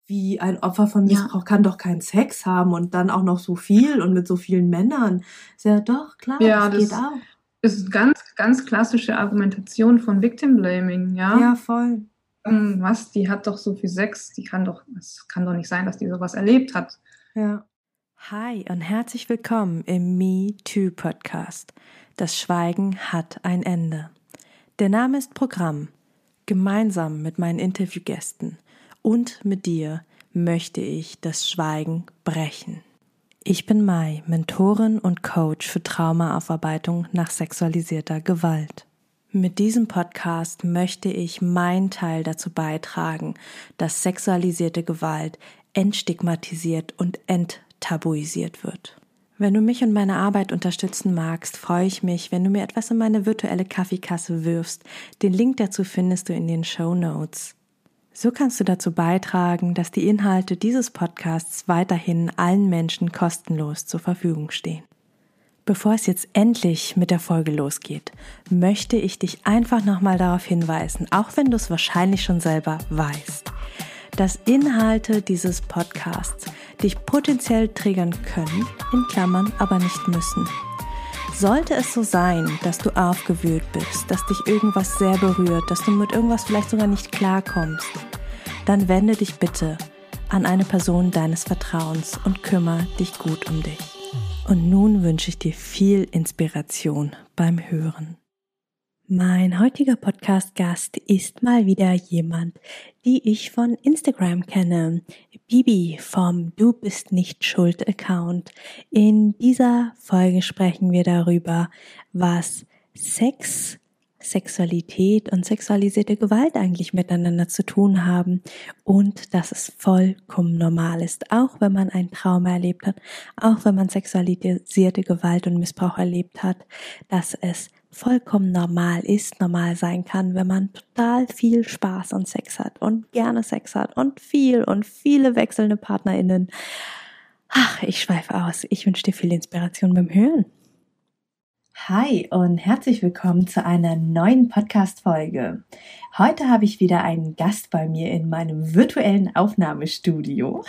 wie ein Opfer von Ja. Missbrauch kann doch keinen Sex haben und dann auch noch so viel und mit so vielen Männern. Ist ja doch, klar, Ja, das geht das auch. ist ganz, ganz klassische Argumentation von Victim Blaming, ja. Ja, voll. Was, die hat doch so viel Sex, es kann doch nicht sein, dass die sowas erlebt hat. Ja. Hi und herzlich willkommen im Me Too Podcast. Das Schweigen hat ein Ende. Der Name ist Programm. Gemeinsam mit meinen Interviewgästen und mit dir möchte ich das Schweigen brechen. Ich bin Mai, Mentorin und Coach für Traumaaufarbeitung nach sexualisierter Gewalt. Mit diesem Podcast möchte ich meinen Teil dazu beitragen, dass sexualisierte Gewalt entstigmatisiert und enttabuisiert wird. Wenn du mich und meine Arbeit unterstützen magst, freue ich mich, wenn du mir etwas in meine virtuelle Kaffeekasse wirfst. Den Link dazu findest du in den Shownotes. So kannst du dazu beitragen, dass die Inhalte dieses Podcasts weiterhin allen Menschen kostenlos zur Verfügung stehen. Bevor es jetzt endlich mit der Folge losgeht, möchte ich dich einfach nochmal darauf hinweisen, auch wenn du es wahrscheinlich schon selber weißt, dass Inhalte dieses Podcasts dich potenziell triggern können, in Klammern aber nicht müssen. Sollte es so sein, dass du aufgewühlt bist, dass dich irgendwas sehr berührt, dass du mit irgendwas vielleicht sogar nicht klarkommst, dann wende dich bitte an eine Person deines Vertrauens und kümmere dich gut um dich. Und nun wünsche ich dir viel Inspiration beim Hören. Mein heutiger Podcast-Gast ist mal wieder jemand, die ich von Instagram kenne. Bibi vom Du bist nicht schuld Account. In dieser Folge sprechen wir darüber, was Sex, Sexualität und sexualisierte Gewalt eigentlich miteinander zu tun haben und dass es vollkommen normal ist, auch wenn man ein Trauma erlebt hat, auch wenn man sexualisierte Gewalt und Missbrauch erlebt hat, dass es vollkommen normal ist, normal sein kann, wenn man total viel Spaß und Sex hat und gerne Sex hat und viele wechselnde PartnerInnen. Ach, ich schweife aus. Ich wünsche dir viel Inspiration beim Hören. Hi und herzlich willkommen zu einer neuen Podcast-Folge. Heute habe ich wieder einen Gast bei mir in meinem virtuellen Aufnahmestudio.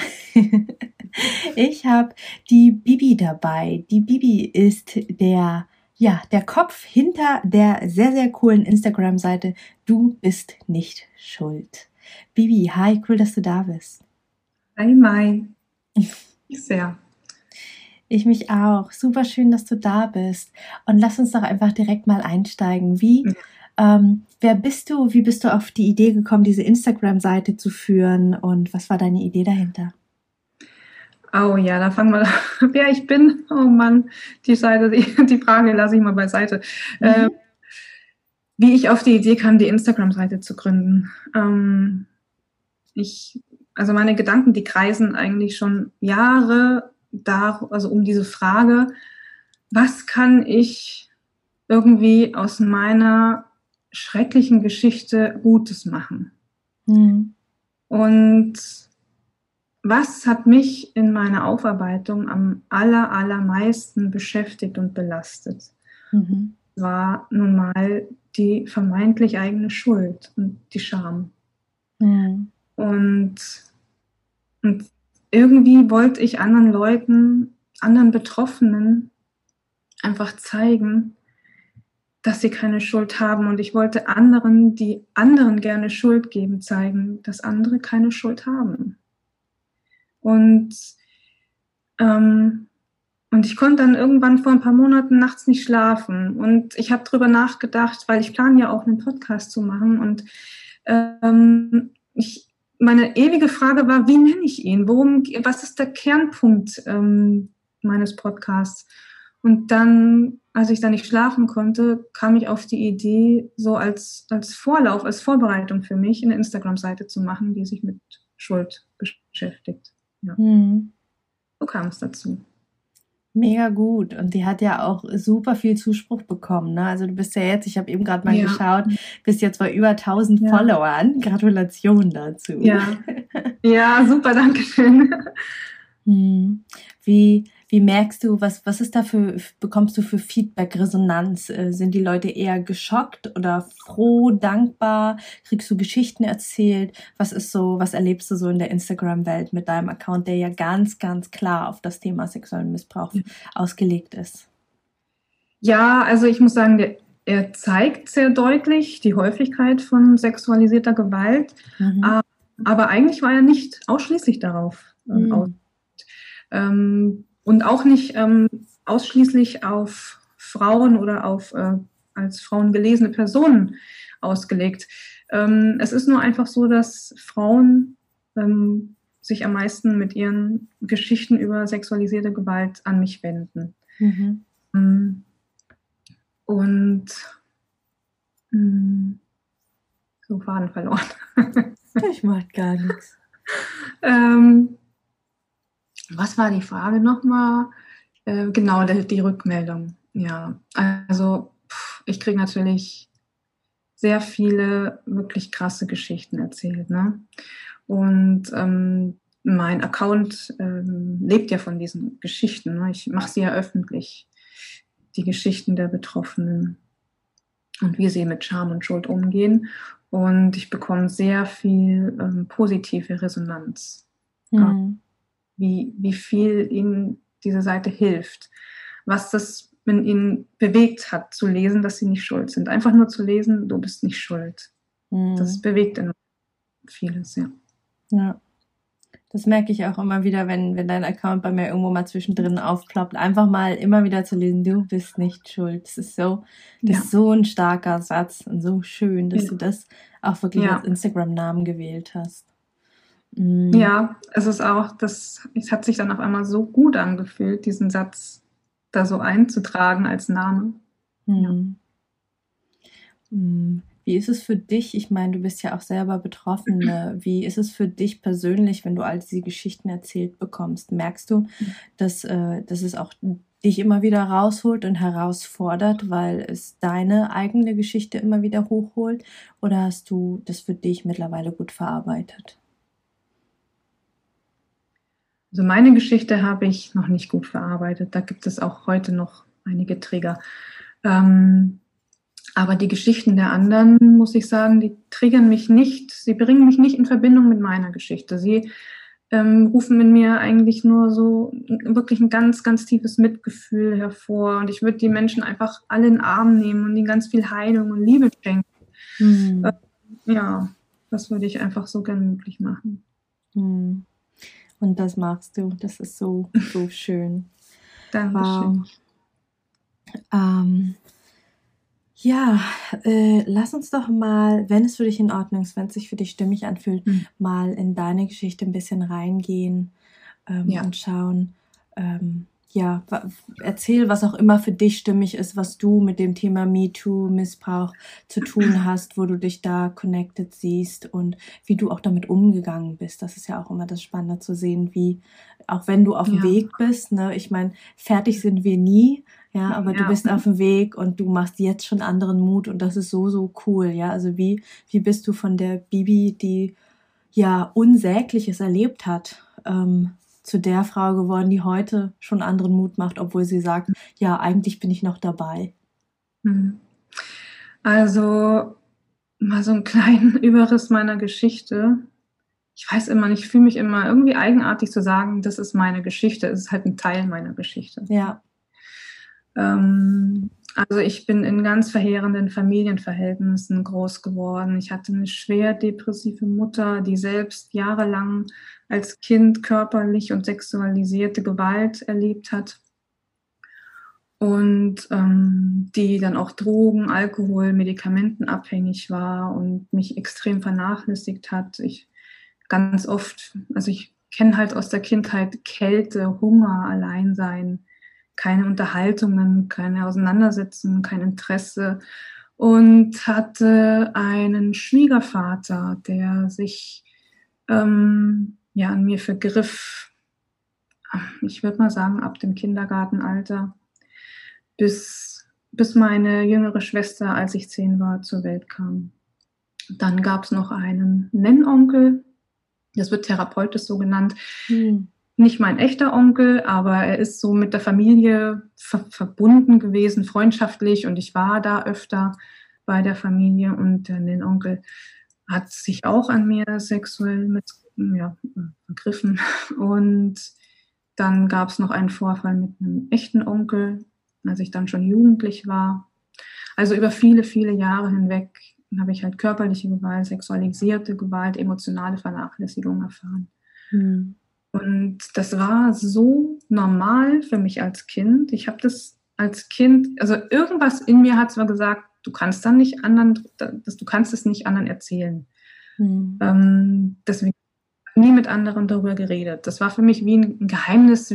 Ich habe die Bibi dabei. Die Bibi ist der Kopf hinter der sehr, sehr coolen Instagram-Seite Du bist nicht schuld. Bibi, hi, cool, dass du da bist. Hi Mai, ich sehr. Ich mich auch. Super schön, dass du da bist. Und lass uns doch einfach direkt mal einsteigen. Wer bist du? Wie bist du auf die Idee gekommen, diese Instagram-Seite zu führen? Und was war deine Idee dahinter? Oh ja, da fangen wir, wer ich bin. Oh Mann, die Frage lasse ich mal beiseite. Wie ich auf die Idee kam, die Instagram-Seite zu gründen. Also meine Gedanken, die kreisen eigentlich schon Jahre um diese Frage, was kann ich irgendwie aus meiner schrecklichen Geschichte Gutes machen? Und was hat mich in meiner Aufarbeitung am allermeisten beschäftigt und belastet? War nun mal die vermeintlich eigene Schuld und die Scham. Und irgendwie wollte ich anderen Leuten, anderen Betroffenen einfach zeigen, dass sie keine Schuld haben. Und ich wollte anderen, die anderen gerne Schuld geben, zeigen, dass andere keine Schuld haben. Und ich konnte dann irgendwann vor ein paar Monaten nachts nicht schlafen. Und ich habe drüber nachgedacht, weil ich plane ja auch einen Podcast zu machen. Und meine ewige Frage war, wie nenne ich ihn? Was ist der Kernpunkt meines Podcasts? Und dann, als ich da nicht schlafen konnte, kam ich auf die Idee, so als Vorlauf, als Vorbereitung für mich, eine Instagram-Seite zu machen, die sich mit Schuld beschäftigt. Ja. So kam es dazu. Mega gut. Und die hat ja auch super viel Zuspruch bekommen. Ne? Also du bist ja jetzt, ich habe eben gerade mal geschaut, bist jetzt bei über 1000 Followern. Gratulation dazu. Ja, super, danke schön. Wie Wie merkst du, was ist da bekommst du für Feedback, Resonanz? Sind die Leute eher geschockt oder froh, dankbar? Kriegst du Geschichten erzählt? Was erlebst du so in der Instagram-Welt mit deinem Account, der ja ganz, ganz klar auf das Thema sexuellen Missbrauch ausgelegt ist? Ja, also ich muss sagen, er zeigt sehr deutlich die Häufigkeit von sexualisierter Gewalt, aber eigentlich war er nicht ausschließlich darauf aus. Und auch nicht ausschließlich auf Frauen oder auf als Frauen gelesene Personen ausgelegt. Es ist nur einfach so, dass Frauen sich am meisten mit ihren Geschichten über sexualisierte Gewalt an mich wenden. Und so Faden verloren. Ich mag gar nichts. Was war die Frage nochmal? Genau, die Rückmeldung. Ja, also ich kriege natürlich sehr viele wirklich krasse Geschichten erzählt, ne? Und mein Account lebt ja von diesen Geschichten, ne? Ich mache sie ja öffentlich, die Geschichten der Betroffenen und wie sie mit Scham und Schuld umgehen. Und ich bekomme sehr viel positive Resonanz. Wie viel ihnen diese Seite hilft, was das in ihnen bewegt hat, zu lesen, dass sie nicht schuld sind. Einfach nur zu lesen, du bist nicht schuld. Das bewegt in vieles, ja. Ja, das merke ich auch immer wieder, wenn dein Account bei mir irgendwo mal zwischendrin aufploppt. Einfach mal immer wieder zu lesen, du bist nicht schuld. Das ist so ein starker Satz und so schön, dass du das auch wirklich als Instagram-Namen gewählt hast. Ja, es ist auch, es hat sich dann auf einmal so gut angefühlt, diesen Satz da so einzutragen als Name. Wie ist es für dich? Ich meine, du bist ja auch selber Betroffene. Wie ist es für dich persönlich, wenn du all diese Geschichten erzählt bekommst? Merkst du, dass es auch dich immer wieder rausholt und herausfordert, weil es deine eigene Geschichte immer wieder hochholt? Oder hast du das für dich mittlerweile gut verarbeitet? Also meine Geschichte habe ich noch nicht gut verarbeitet. Da gibt es auch heute noch einige Trigger. Aber die Geschichten der anderen, muss ich sagen, die triggern mich nicht. Sie bringen mich nicht in Verbindung mit meiner Geschichte. Sie rufen in mir eigentlich nur so wirklich ein ganz, ganz tiefes Mitgefühl hervor. Und ich würde die Menschen einfach alle in den Arm nehmen und ihnen ganz viel Heilung und Liebe schenken. Ja, das würde ich einfach so gern möglich machen. Und das machst du. Das ist so, so schön. Dankeschön. Wow. Lass uns doch mal, wenn es für dich in Ordnung ist, wenn es sich für dich stimmig anfühlt, mal in deine Geschichte ein bisschen reingehen und schauen. Erzähl, was auch immer für dich stimmig ist, was du mit dem Thema MeToo, Missbrauch zu tun hast, wo du dich da connected siehst und wie du auch damit umgegangen bist. Das ist ja auch immer das Spannende zu sehen, wie, auch wenn du auf dem Weg bist, ne, ich meine, fertig sind wir nie, ja, aber du bist auf dem Weg und du machst jetzt schon anderen Mut und das ist so, so cool, ja. Also wie bist du von der Bibi, die ja Unsägliches erlebt hat, zu der Frau geworden, die heute schon anderen Mut macht, obwohl sie sagt, ja, eigentlich bin ich noch dabei. Also mal so einen kleinen Überriss meiner Geschichte. Ich weiß immer nicht, ich fühle mich immer irgendwie eigenartig zu sagen, das ist meine Geschichte. Es ist halt ein Teil meiner Geschichte. Ja. Also ich bin in ganz verheerenden Familienverhältnissen groß geworden. Ich hatte eine schwer depressive Mutter, die selbst jahrelang als Kind körperlich und sexualisierte Gewalt erlebt hat und die dann auch Drogen, Alkohol, Medikamenten abhängig war und mich extrem vernachlässigt hat. Ich kenne halt aus der Kindheit Kälte, Hunger, Alleinsein, keine Unterhaltungen, keine Auseinandersetzungen, kein Interesse und hatte einen Schwiegervater, der sich an mir vergriff, ich würde mal sagen, ab dem Kindergartenalter bis meine jüngere Schwester, als ich 10 war, zur Welt kam. Dann gab es noch einen Nennonkel, das wird therapeutisch so genannt, nicht mein echter Onkel, aber er ist so mit der Familie verbunden gewesen, freundschaftlich, und ich war da öfter bei der Familie, und den Onkel hat sich auch an mir sexuell vergriffen. Und dann gab es noch einen Vorfall mit einem echten Onkel, als ich dann schon jugendlich war. Also über viele, viele Jahre hinweg habe ich halt körperliche Gewalt, sexualisierte Gewalt, emotionale Vernachlässigung erfahren. Mhm. Und das war so normal für mich als Kind. Ich habe das als Kind, also irgendwas in mir hat zwar gesagt, du kannst es nicht anderen erzählen. Mhm. Deswegen habe ich nie mit anderen darüber geredet. Das war für mich wie ein Geheimnis,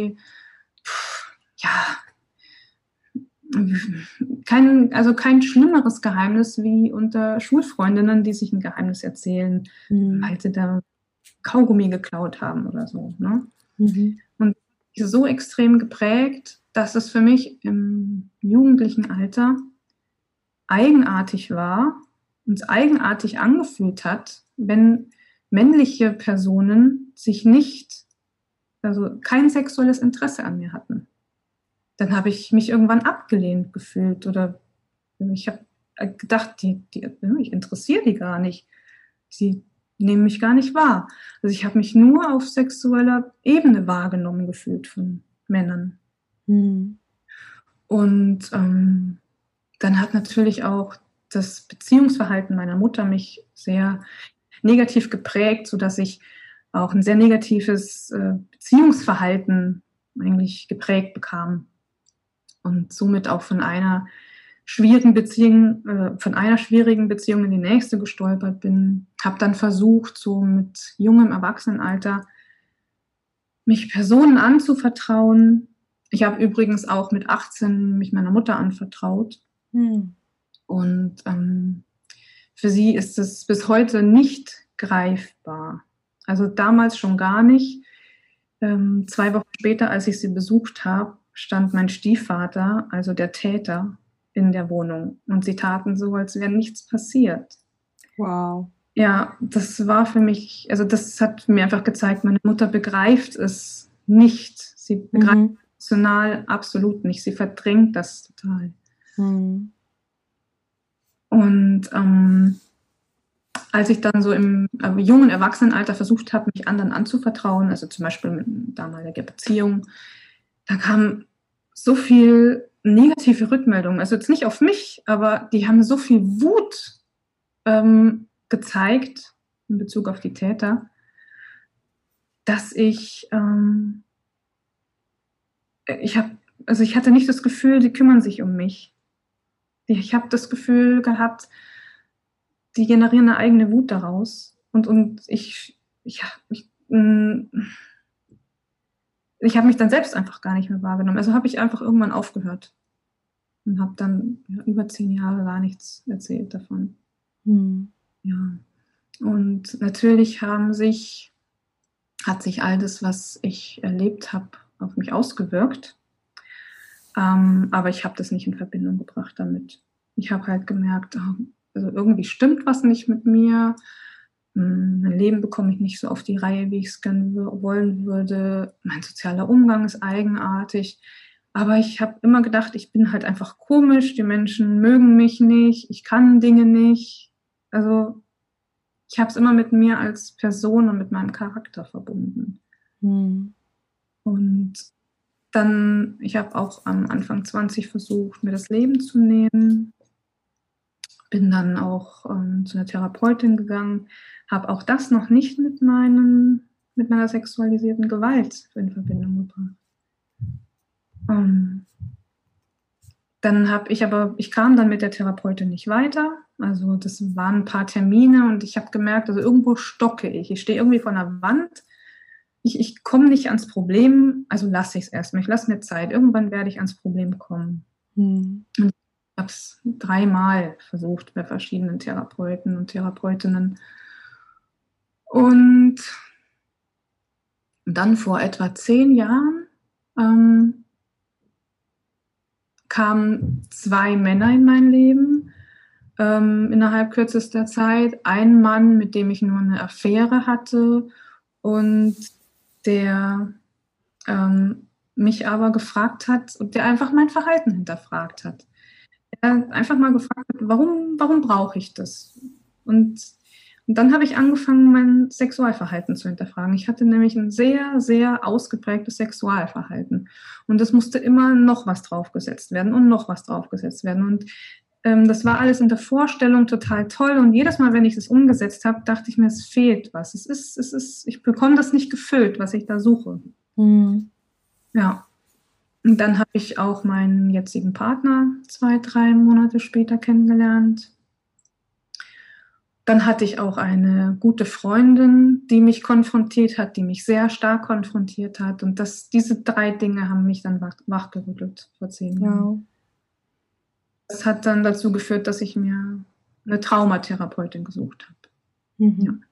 kein schlimmeres Geheimnis wie unter Schulfreundinnen, die sich ein Geheimnis erzählen, weil sie da Kaugummi geklaut haben oder so. Ne? Mhm. Und so extrem geprägt, dass es für mich im jugendlichen Alter eigenartig war, uns eigenartig angefühlt hat, wenn männliche Personen kein sexuelles Interesse an mir hatten. Dann habe ich mich irgendwann abgelehnt gefühlt oder ich habe gedacht, ich interessiere die gar nicht. Sie nehmen mich gar nicht wahr. Also ich habe mich nur auf sexueller Ebene wahrgenommen gefühlt von Männern. Mhm. Und dann hat natürlich auch das Beziehungsverhalten meiner Mutter mich sehr negativ geprägt, sodass ich auch ein sehr negatives Beziehungsverhalten eigentlich geprägt bekam. Und somit auch von einer schwierigen Beziehung in die nächste gestolpert bin. Habe dann versucht, so mit jungem Erwachsenenalter mich Personen anzuvertrauen. Ich habe übrigens auch mit 18 mich meiner Mutter anvertraut. Und für sie ist es bis heute nicht greifbar. Also damals schon gar nicht. 2 Wochen später, als ich sie besucht habe, stand mein Stiefvater, also der Täter, in der Wohnung. Und sie taten so, als wäre nichts passiert. Wow. Ja, das war für mich, also das hat mir einfach gezeigt, meine Mutter begreift es nicht. Sie begreift emotional absolut nicht. Sie verdrängt das total. Mhm. Und als ich dann so im jungen Erwachsenenalter versucht habe, mich anderen anzuvertrauen, also zum Beispiel mit damaliger Beziehung, da kam so viel negative Rückmeldungen. Also jetzt nicht auf mich, aber die haben so viel Wut gezeigt in Bezug auf die Täter, dass ich hatte nicht das Gefühl, die kümmern sich um mich. Ich habe das Gefühl gehabt, die generieren eine eigene Wut daraus. Und ich habe mich dann selbst einfach gar nicht mehr wahrgenommen. Also habe ich einfach irgendwann aufgehört und habe dann über 10 Jahre gar nichts erzählt davon. Ja. Und natürlich hat sich all das, was ich erlebt habe, auf mich ausgewirkt. Aber ich habe das nicht in Verbindung gebracht damit. Ich habe halt gemerkt, also irgendwie stimmt was nicht mit mir. Mein Leben bekomme ich nicht so auf die Reihe, wie ich es gerne wollen würde. Mein sozialer Umgang ist eigenartig. Aber ich habe immer gedacht, ich bin halt einfach komisch. Die Menschen mögen mich nicht. Ich kann Dinge nicht. Also ich habe es immer mit mir als Person und mit meinem Charakter verbunden. Und dann, ich habe auch am Anfang 20 versucht, mir das Leben zu nehmen. Bin dann auch zu einer Therapeutin gegangen, habe auch das noch nicht mit meiner sexualisierten Gewalt in Verbindung gebracht. Ich kam dann mit der Therapeutin nicht weiter. Also das waren ein paar Termine und ich habe gemerkt, also irgendwo stocke ich. Ich stehe irgendwie vor einer Wand. Ich komme nicht ans Problem, also lasse ich es erstmal. Ich lasse mir Zeit. Irgendwann werde ich ans Problem kommen. Und ich habe es 3-mal versucht bei verschiedenen Therapeuten und Therapeutinnen. Und dann vor etwa 10 Jahren kamen 2 Männer in mein Leben innerhalb kürzester Zeit. Ein Mann, mit dem ich nur eine Affäre hatte, und der mich aber gefragt hat und der einfach mein Verhalten hinterfragt hat. Er einfach mal gefragt hat, warum brauche ich das? Und dann habe ich angefangen, mein Sexualverhalten zu hinterfragen. Ich hatte nämlich ein sehr, sehr ausgeprägtes Sexualverhalten. Und es musste immer noch was draufgesetzt werden und noch was draufgesetzt werden. Und das war alles in der Vorstellung total toll. Und jedes Mal, wenn ich es umgesetzt habe, dachte ich mir, es fehlt was. Ich bekomme das nicht gefüllt, was ich da suche. Mhm. Ja. Und dann habe ich auch meinen jetzigen Partner 2-3 Monate später kennengelernt. Dann hatte ich auch eine gute Freundin, die mich konfrontiert hat, die mich sehr stark konfrontiert hat. Und diese 3 Dinge haben mich dann wachgerüttelt vor 10 Jahren. Wow. Das hat dann dazu geführt, dass ich mir eine Traumatherapeutin gesucht habe. Mhm.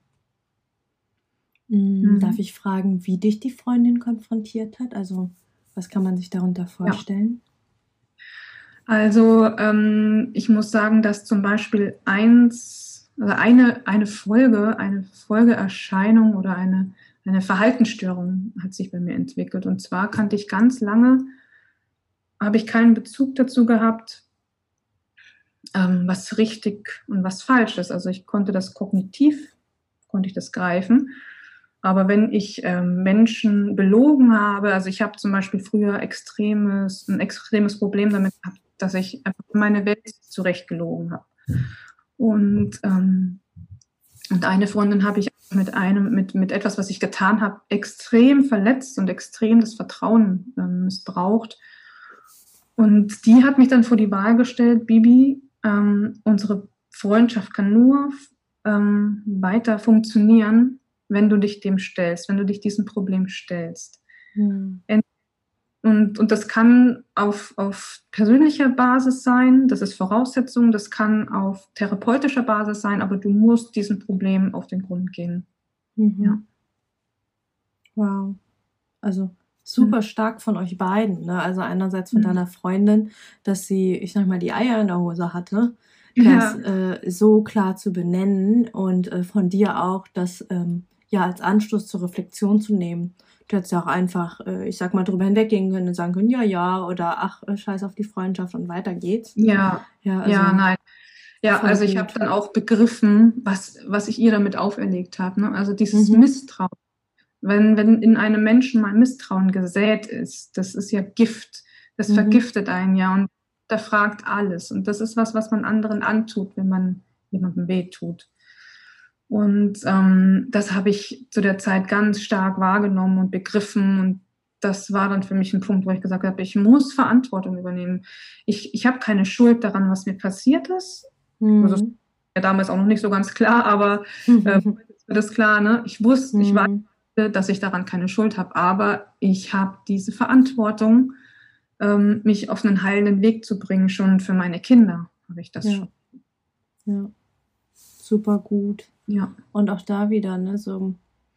Ja. Darf ich fragen, wie dich die Freundin konfrontiert hat? Also, was kann man sich darunter vorstellen? Ja. Also, ich muss sagen, dass zum Beispiel eine Folgeerscheinung oder eine Verhaltensstörung hat sich bei mir entwickelt. Und zwar habe ich keinen Bezug dazu gehabt, was richtig und was falsch ist. Also ich konnte das kognitiv greifen. Aber wenn ich Menschen belogen habe, also ich habe zum Beispiel früher ein extremes Problem damit gehabt, dass ich einfach meine Welt zurechtgelogen habe. Und eine Freundin habe ich mit etwas, was ich getan habe, extrem verletzt und extrem das Vertrauen missbraucht. Und die hat mich dann vor die Wahl gestellt, Bibi, unsere Freundschaft kann nur weiter funktionieren, wenn du dich dem stellst, wenn du dich diesem Problem stellst. Und das kann auf persönlicher Basis sein, das ist Voraussetzung, das kann auf therapeutischer Basis sein, aber du musst diesem Problem auf den Grund gehen. Ja. Wow. Also super stark von euch beiden, ne? Also einerseits von deiner Freundin, dass sie, ich sag mal, die Eier in der Hose hatte, das so klar zu benennen und von dir auch, das als Anstoß zur Reflexion zu nehmen. Du hättest ja auch einfach, ich sag mal, drüber hinweggehen können und sagen können, ja, oder ach, scheiß auf die Freundschaft und weiter geht's. Ja, nein. Ja, also ich habe dann auch begriffen, was ich ihr damit auferlegt habe. Ne? Also dieses Misstrauen. Wenn in einem Menschen mal Misstrauen gesät ist, das ist ja Gift. Das vergiftet einen ja und da fragt alles. Und das ist was man anderen antut, wenn man jemandem wehtut. Und das habe ich zu der Zeit ganz stark wahrgenommen und begriffen. Und das war dann für mich ein Punkt, wo ich gesagt habe, ich muss Verantwortung übernehmen. Ich habe keine Schuld daran, was mir passiert ist. Das ist ja damals auch noch nicht so ganz klar, aber ist mir das klar, ne? Ich weiß, dass ich daran keine Schuld habe, aber ich habe diese Verantwortung, mich auf einen heilenden Weg zu bringen, schon für meine Kinder habe ich das schon. Ja, super gut. Ja. Und auch da wieder, ne, so,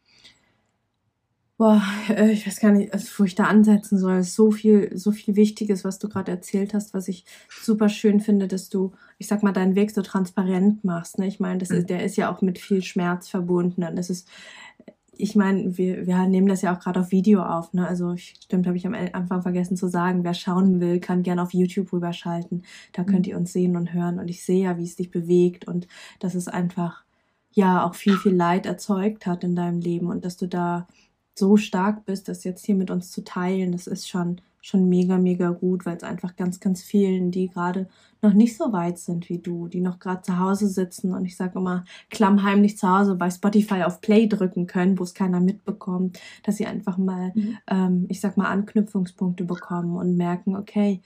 ich weiß gar nicht, wo ich da ansetzen soll. Es ist so viel Wichtiges, was du gerade erzählt hast, was ich super schön finde, dass du, ich sag mal, deinen Weg so transparent machst, ne? Ich meine, der ist ja auch mit viel Schmerz verbunden und das ist, ich meine, wir nehmen das ja auch gerade auf Video auf, ne? Also stimmt, habe ich am Anfang vergessen zu sagen, wer schauen will, kann gerne auf YouTube rüberschalten. Da könnt ihr uns sehen und hören und ich sehe ja, wie es dich bewegt und dass es einfach ja auch viel Leid erzeugt hat in deinem Leben und dass du da so stark bist, das jetzt hier mit uns zu teilen, das ist schon mega, mega gut, weil es einfach ganz, ganz vielen, die gerade noch nicht so weit sind wie du, die noch gerade zu Hause sitzen und ich sage immer, klammheimlich zu Hause bei Spotify auf Play drücken können, wo es keiner mitbekommt, dass sie einfach mal, ich sag mal, Anknüpfungspunkte bekommen und merken, okay,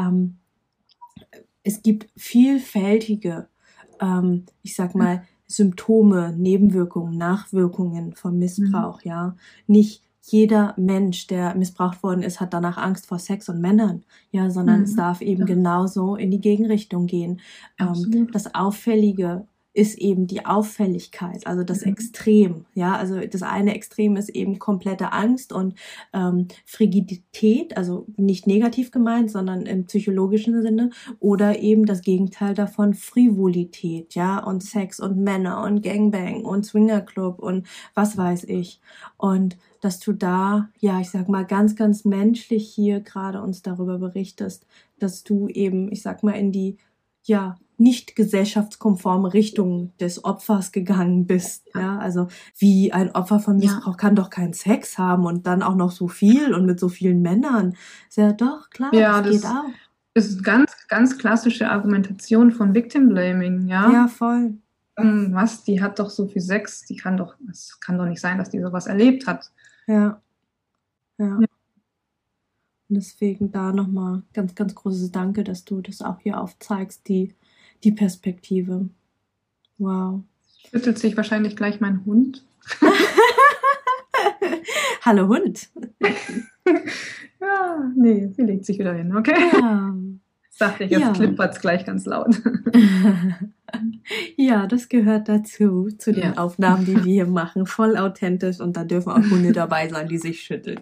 es gibt vielfältige, ich sag mal, Symptome, Nebenwirkungen, Nachwirkungen vom Missbrauch, ja. Nicht jeder Mensch, der missbraucht worden ist, hat danach Angst vor Sex und Männern, ja, sondern es darf eben genauso in die Gegenrichtung gehen. Das Auffällige ist eben die Auffälligkeit, also das Extrem. Ja, also das eine Extrem ist eben komplette Angst und Frigidität, also nicht negativ gemeint, sondern im psychologischen Sinne, oder eben das Gegenteil davon, Frivolität, ja, und Sex und Männer und Gangbang und Swingerclub und was weiß ich. Und dass du da, ja, ich sag mal, ganz, ganz menschlich hier gerade uns darüber berichtest, dass du eben, ich sag mal, in die, ja, nicht gesellschaftskonforme Richtung des Opfers gegangen bist. Ja, also wie ein Opfer von Missbrauch kann doch keinen Sex haben und dann auch noch so viel und mit so vielen Männern. Ist ja doch klar, Ja, das geht auch. ist ganz, ganz klassische Argumentation von Victim Blaming, ja. Ja, voll. Was, die hat doch so viel Sex, es kann doch nicht sein, dass die sowas erlebt hat. Ja. Und deswegen da nochmal ganz, ganz großes Danke, dass du das auch hier aufzeigst, die Perspektive. Wow. Schüttelt sich wahrscheinlich gleich mein Hund. Hallo Hund. Ja, nee, sie legt sich wieder hin, okay? Ja. Dachte ich, jetzt klippert's gleich ganz laut. Ja, das gehört dazu, zu den Aufnahmen, die wir hier machen. Voll authentisch und da dürfen auch Hunde dabei sein, die sich schütteln.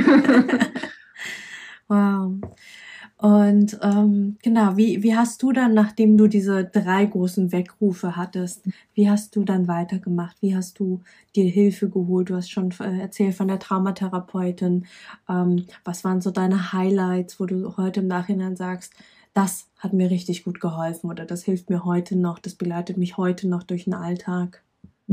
Wow. Und genau, wie hast du dann, nachdem du diese 3 großen Weckrufe hattest, wie hast du dann weitergemacht? Wie hast du dir Hilfe geholt? Du hast schon erzählt von der Traumatherapeutin. Was waren so deine Highlights, wo du heute im Nachhinein sagst, das hat mir richtig gut geholfen oder das hilft mir heute noch, das begleitet mich heute noch durch den Alltag?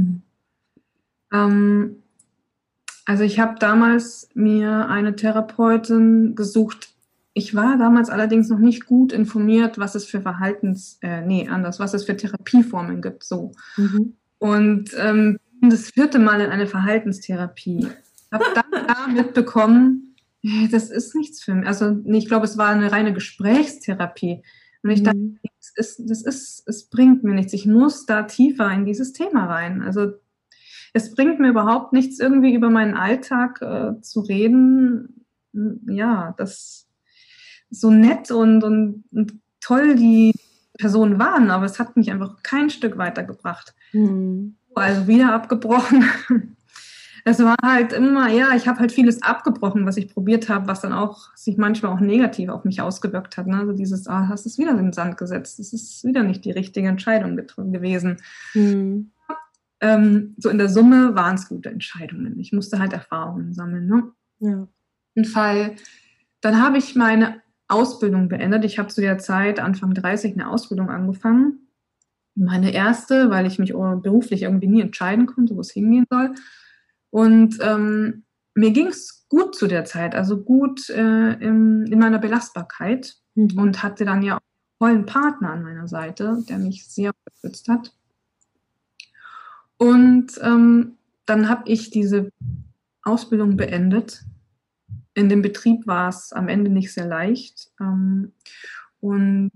Also ich habe damals mir eine Therapeutin gesucht. Ich war damals allerdings noch nicht gut informiert, was es für was es für Therapieformen gibt. So. Und das 4. Mal in eine Verhaltenstherapie. Ich habe dann da mitbekommen, das ist nichts für mich. Also ich glaube, es war eine reine Gesprächstherapie. Und ich dachte, es bringt mir nichts. Ich muss da tiefer in dieses Thema rein. Also es bringt mir überhaupt nichts, irgendwie über meinen Alltag zu reden. Ja, das so nett und toll die Personen waren, aber es hat mich einfach kein Stück weitergebracht. Also wieder abgebrochen. Es war halt immer, ich habe halt vieles abgebrochen, was ich probiert habe, was dann auch sich manchmal auch negativ auf mich ausgewirkt hat. Ne? Also dieses, hast du es wieder in den Sand gesetzt, das ist wieder nicht die richtige Entscheidung gewesen. So in der Summe waren es gute Entscheidungen. Ich musste halt Erfahrungen sammeln. Ne? Ja. Dann habe ich meine Ausbildung beendet. Ich habe zu der Zeit, Anfang 30, eine Ausbildung angefangen. Meine erste, weil ich mich beruflich irgendwie nie entscheiden konnte, wo es hingehen soll. Und mir ging es gut zu der Zeit, also gut in meiner Belastbarkeit und hatte dann ja auch einen tollen Partner an meiner Seite, der mich sehr unterstützt hat. Und dann habe ich diese Ausbildung beendet. In dem Betrieb war es am Ende nicht sehr leicht. Und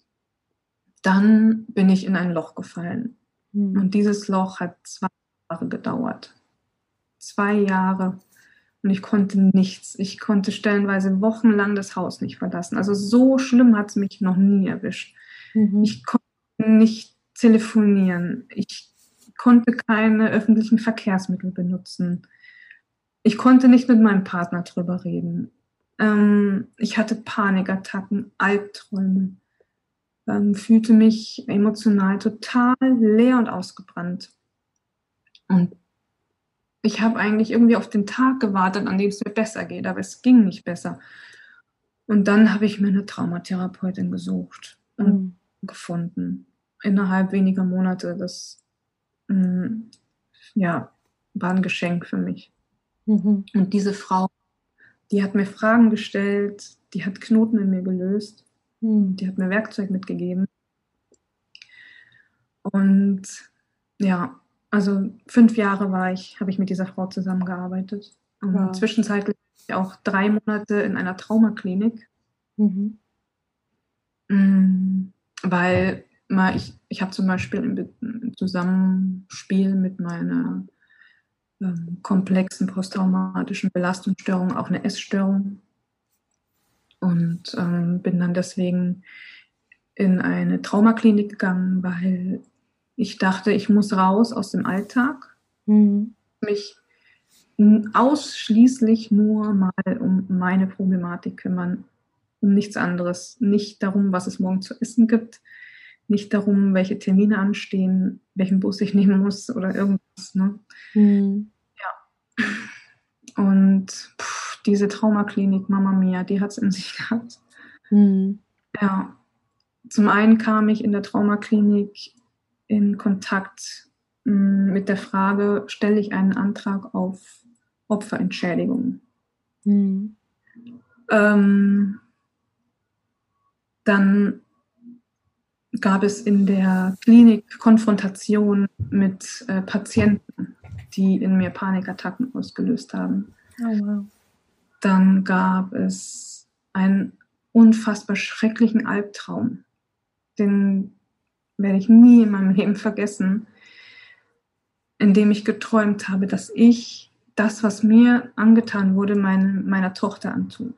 dann bin ich in ein Loch gefallen. Und dieses Loch hat 2 Jahre gedauert. 2 Jahre. Und ich konnte nichts. Ich konnte stellenweise wochenlang das Haus nicht verlassen. Also so schlimm hat es mich noch nie erwischt. Ich konnte nicht telefonieren. Ich konnte keine öffentlichen Verkehrsmittel benutzen. Ich konnte nicht mit meinem Partner drüber reden. Ich hatte Panikattacken, Albträume. Fühlte mich emotional total leer und ausgebrannt. Und ich habe eigentlich irgendwie auf den Tag gewartet, an dem es mir besser geht, aber es ging nicht besser. Und dann habe ich mir eine Traumatherapeutin gesucht und gefunden. Innerhalb weniger Monate. Das war ein Geschenk für mich. Und diese Frau, die hat mir Fragen gestellt, die hat Knoten in mir gelöst, die hat mir Werkzeug mitgegeben. Und also 5 Jahre habe ich mit dieser Frau zusammengearbeitet. Und zwischenzeitlich auch 3 Monate in einer Traumaklinik. Weil ich habe zum Beispiel im Zusammenspiel mit meiner komplexen posttraumatischen Belastungsstörung auch eine Essstörung und bin dann deswegen in eine Traumaklinik gegangen, weil Ich dachte, ich muss raus aus dem Alltag, mich ausschließlich nur mal um meine Problematik kümmern, um nichts anderes. Nicht darum, was es morgen zu essen gibt, nicht darum, welche Termine anstehen, welchen Bus ich nehmen muss oder irgendwas. Ne? Ja. Und diese Traumaklinik, Mama Mia, die hat es in sich gehabt. Ja. Zum einen kam ich in der Traumaklinik in Kontakt mit der Frage, stelle ich einen Antrag auf Opferentschädigung? Dann gab es in der Klinik Konfrontation mit Patienten, die in mir Panikattacken ausgelöst haben. Oh, wow. Dann gab es einen unfassbar schrecklichen Albtraum. Den werde ich nie in meinem Leben vergessen, in dem ich geträumt habe, dass ich das, was mir angetan wurde, meiner Tochter antue.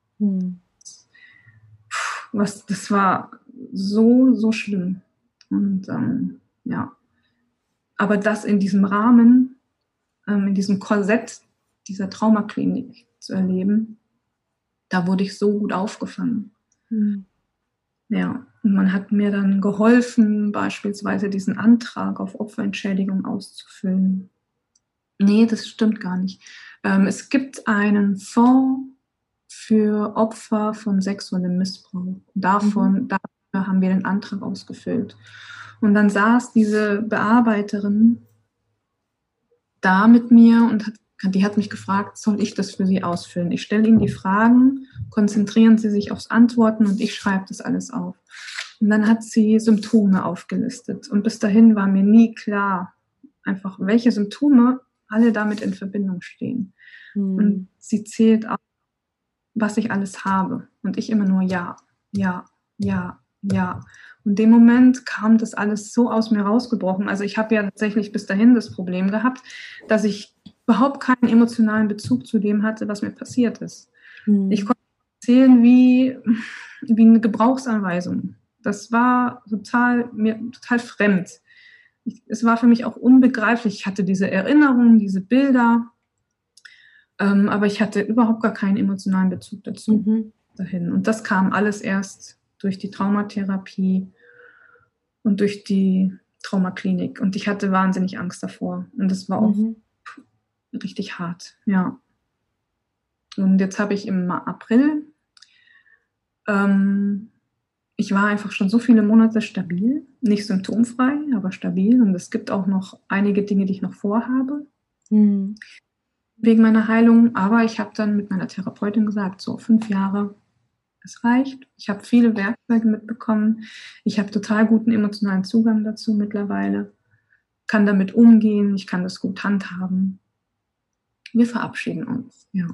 Das war so schlimm. Und ja. Aber das in diesem Rahmen, in diesem Korsett dieser Traumaklinik zu erleben, da wurde ich so gut aufgefangen. Ja, und man hat mir dann geholfen, beispielsweise diesen Antrag auf Opferentschädigung auszufüllen. Nee, das stimmt gar nicht. Es gibt einen Fonds für Opfer von sexuellem Missbrauch. Dafür haben wir den Antrag ausgefüllt. Und dann saß diese Bearbeiterin da mit mir und die hat mich gefragt, soll ich das für Sie ausfüllen? Ich stelle Ihnen die Fragen, konzentrieren Sie sich aufs Antworten und ich schreibe das alles auf. Und dann hat sie Symptome aufgelistet. Und bis dahin war mir nie klar, einfach welche Symptome alle damit in Verbindung stehen. Und sie zählt auf, was ich alles habe. Und ich immer nur ja. Und in dem Moment kam das alles so aus mir rausgebrochen. Also ich habe ja tatsächlich bis dahin das Problem gehabt, dass ich überhaupt keinen emotionalen Bezug zu dem hatte, was mir passiert ist. Ich konnte erzählen wie eine Gebrauchsanweisung. Das war mir total fremd. Es war für mich auch unbegreiflich. Ich hatte diese Erinnerungen, diese Bilder, aber ich hatte überhaupt gar keinen emotionalen Bezug dazu dahin. Und das kam alles erst durch die Traumatherapie und durch die Traumaklinik. Und ich hatte wahnsinnig Angst davor. Und das war auch richtig hart, ja. Und jetzt habe ich im April, ich war einfach schon so viele Monate stabil, nicht symptomfrei, aber stabil. Und es gibt auch noch einige Dinge, die ich noch vorhabe, wegen meiner Heilung. Aber ich habe dann mit meiner Therapeutin gesagt, so 5 Jahre, es reicht. Ich habe viele Werkzeuge mitbekommen. Ich habe total guten emotionalen Zugang dazu mittlerweile. Kann damit umgehen, ich kann das gut handhaben. Wir verabschieden uns, ja.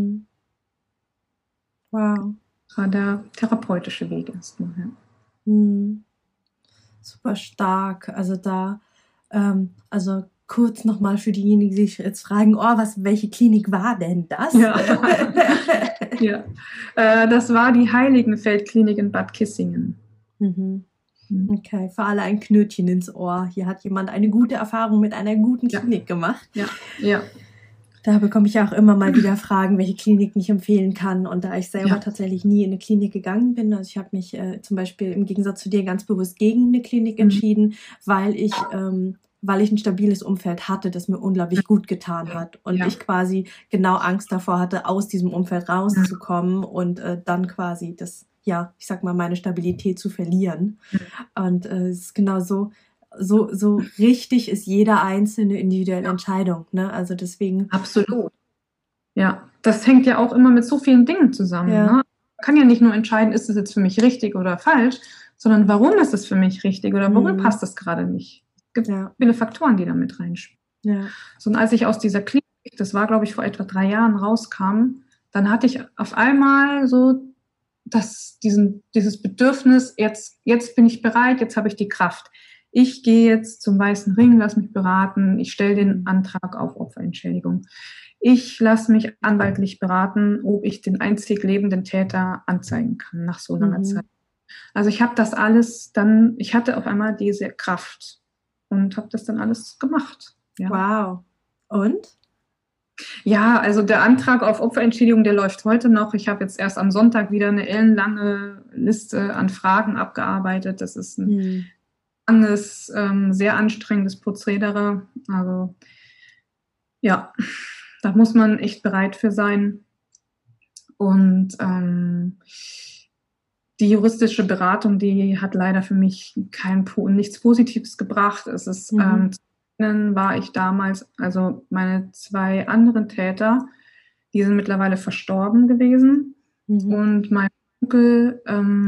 Wow. Das war der therapeutische Weg erstmal, ja. Super stark. Also da, also kurz nochmal für diejenigen, die sich jetzt fragen, welche Klinik war denn das? Ja. Ja. Das war die Heiligenfeldklinik in Bad Kissingen. Okay, für alle ein Knötchen ins Ohr. Hier hat jemand eine gute Erfahrung mit einer guten Klinik gemacht. Ja. Da bekomme ich auch immer mal wieder Fragen, welche Klinik ich empfehlen kann. Und da ich selber tatsächlich nie in eine Klinik gegangen bin, also ich habe mich zum Beispiel im Gegensatz zu dir ganz bewusst gegen eine Klinik entschieden, weil ich ein stabiles Umfeld hatte, das mir unglaublich gut getan hat. Und ich quasi genau Angst davor hatte, aus diesem Umfeld rauszukommen und dann quasi ich sag mal, meine Stabilität zu verlieren. Und es ist genau so richtig ist jede einzelne individuelle Entscheidung, ne? Also deswegen. Absolut. Ja, das hängt ja auch immer mit so vielen Dingen zusammen. Ne? Man kann ja nicht nur entscheiden, ist es jetzt für mich richtig oder falsch, sondern warum ist es für mich richtig oder warum passt das gerade nicht. Es gibt viele Faktoren, die da mit reinspielen. Ja. So, und als ich aus dieser Klinik, das war glaube ich vor etwa 3 Jahren, rauskam, dann hatte ich auf einmal so dieses Bedürfnis, jetzt bin ich bereit, jetzt habe ich die Kraft. Ich gehe jetzt zum Weißen Ring, lass mich beraten, ich stelle den Antrag auf Opferentschädigung. Ich lasse mich anwaltlich beraten, ob ich den einzig lebenden Täter anzeigen kann nach so langer Zeit. Also ich habe das alles ich hatte auf einmal diese Kraft. und habe das dann alles gemacht. Ja. Wow. Und? Ja, also der Antrag auf Opferentschädigung, der läuft heute noch. Ich habe jetzt erst am Sonntag wieder eine ellenlange Liste an Fragen abgearbeitet. Das ist ein langes, sehr anstrengendes Prozedere. Also ja, da muss man echt bereit für sein. Und die juristische Beratung, die hat leider für mich nichts Positives gebracht. Es ist war ich damals, also meine 2 anderen Täter, die sind mittlerweile verstorben gewesen. Und mein Onkel,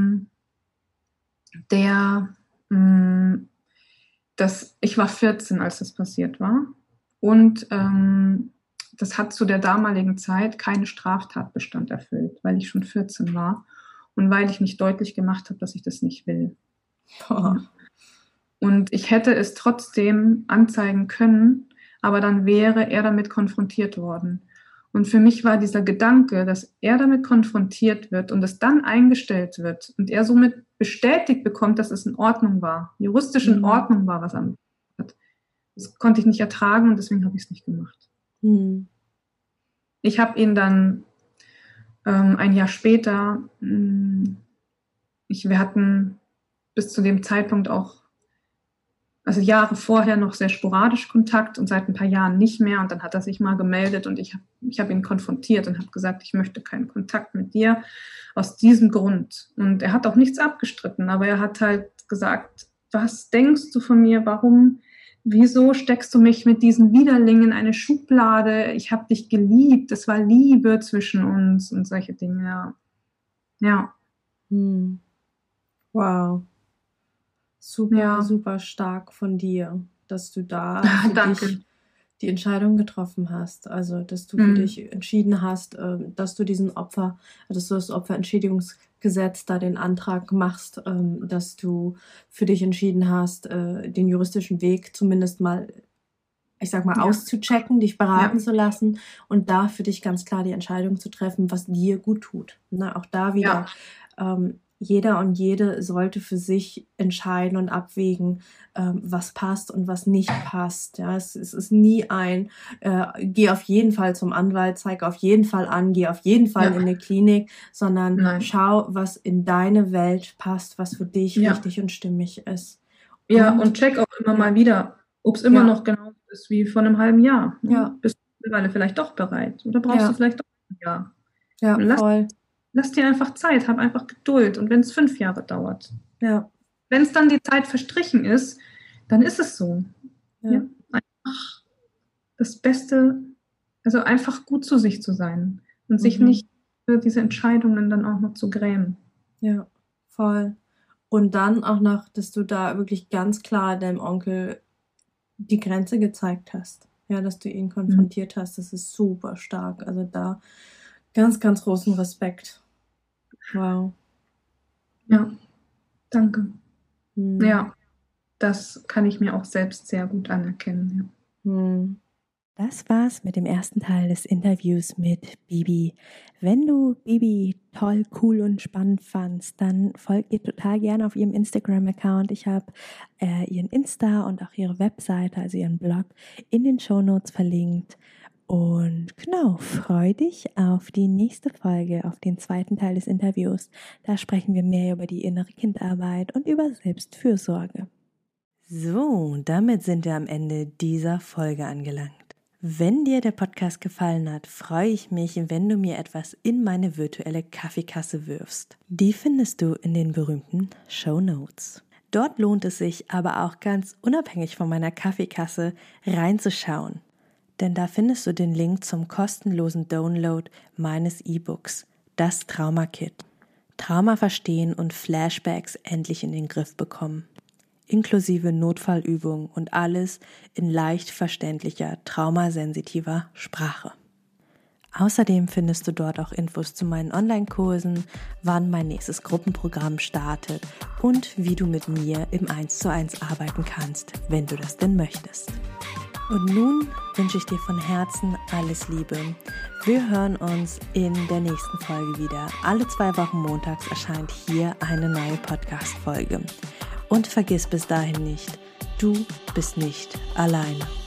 ich war 14, als das passiert war. Und das hat zu der damaligen Zeit keinen Straftatbestand erfüllt, weil ich schon 14 war und weil ich nicht deutlich gemacht habe, dass ich das nicht will. Oh. Und ich hätte es trotzdem anzeigen können, aber dann wäre er damit konfrontiert worden. Und für mich war dieser Gedanke, dass er damit konfrontiert wird und es dann eingestellt wird und er somit bestätigt bekommt, dass es in Ordnung war, juristisch in Ordnung war, was er hat. Das konnte ich nicht ertragen und deswegen habe ich es nicht gemacht. Ich habe ihn dann ein Jahr später, wir hatten bis zu dem Zeitpunkt auch, also Jahre vorher noch sehr sporadisch Kontakt und seit ein paar Jahren nicht mehr. Und dann hat er sich mal gemeldet und ich hab ihn konfrontiert und habe gesagt, ich möchte keinen Kontakt mit dir aus diesem Grund. Und er hat auch nichts abgestritten, aber er hat halt gesagt, was denkst du von mir, wieso steckst du mich mit diesen Widerlingen in eine Schublade? Ich habe dich geliebt, es war Liebe zwischen uns und solche Dinge. Ja. Wow. Super, super stark von dir, dass du da für dich die Entscheidung getroffen hast. Also, dass du für dich entschieden hast, dass du das Opferentschädigungsgesetz da den Antrag machst, dass du für dich entschieden hast, den juristischen Weg zumindest mal, ich sag mal, auszuchecken, dich beraten zu lassen und da für dich ganz klar die Entscheidung zu treffen, was dir gut tut. Ne? Auch da wieder, jeder und jede sollte für sich entscheiden und abwägen, was passt und was nicht passt. Ja, es ist nie geh auf jeden Fall zum Anwalt, zeig auf jeden Fall an, geh auf jeden Fall in eine Klinik, sondern schau, was in deine Welt passt, was für dich richtig und stimmig ist. Und check auch immer mal wieder, ob es immer noch genau ist wie vor einem halben Jahr. Ja. Bist du mittlerweile vielleicht doch bereit? Oder brauchst du vielleicht doch ein Jahr? Ja, voll. Lass dir einfach Zeit, hab einfach Geduld. Und wenn es 5 Jahre dauert. Ja. Wenn es dann die Zeit verstrichen ist, dann ist es so. Ja. Einfach das Beste, also einfach gut zu sich zu sein. Und sich nicht für diese Entscheidungen dann auch noch zu grämen. Ja, voll. Und dann auch noch, dass du da wirklich ganz klar deinem Onkel die Grenze gezeigt hast. Ja, dass du ihn konfrontiert hast. Das ist super stark. Also da ganz, ganz großen Respekt. Wow. Ja, danke. Ja, das kann ich mir auch selbst sehr gut anerkennen. Ja. Das war's mit dem ersten Teil des Interviews mit Bibi. Wenn du Bibi toll, cool und spannend fandst, dann folgt ihr total gerne auf ihrem Instagram-Account. Ich habe ihren Insta und auch ihre Webseite, also ihren Blog, in den Shownotes verlinkt. Und genau, freu dich auf die nächste Folge, auf den zweiten Teil des Interviews. Da sprechen wir mehr über die innere Kindarbeit und über Selbstfürsorge. So, damit sind wir am Ende dieser Folge angelangt. Wenn dir der Podcast gefallen hat, freue ich mich, wenn du mir etwas in meine virtuelle Kaffeekasse wirfst. Die findest du in den berühmten Shownotes. Dort lohnt es sich aber auch ganz unabhängig von meiner Kaffeekasse reinzuschauen. Denn da findest du den Link zum kostenlosen Download meines E-Books, das Trauma-Kit. Trauma verstehen und Flashbacks endlich in den Griff bekommen. Inklusive Notfallübungen und alles in leicht verständlicher, traumasensitiver Sprache. Außerdem findest du dort auch Infos zu meinen Online-Kursen, wann mein nächstes Gruppenprogramm startet und wie du mit mir im 1:1 arbeiten kannst, wenn du das denn möchtest. Und nun wünsche ich dir von Herzen alles Liebe. Wir hören uns in der nächsten Folge wieder. Alle 2 Wochen montags erscheint hier eine neue Podcast-Folge. Und vergiss bis dahin nicht, Du bist nicht alleine.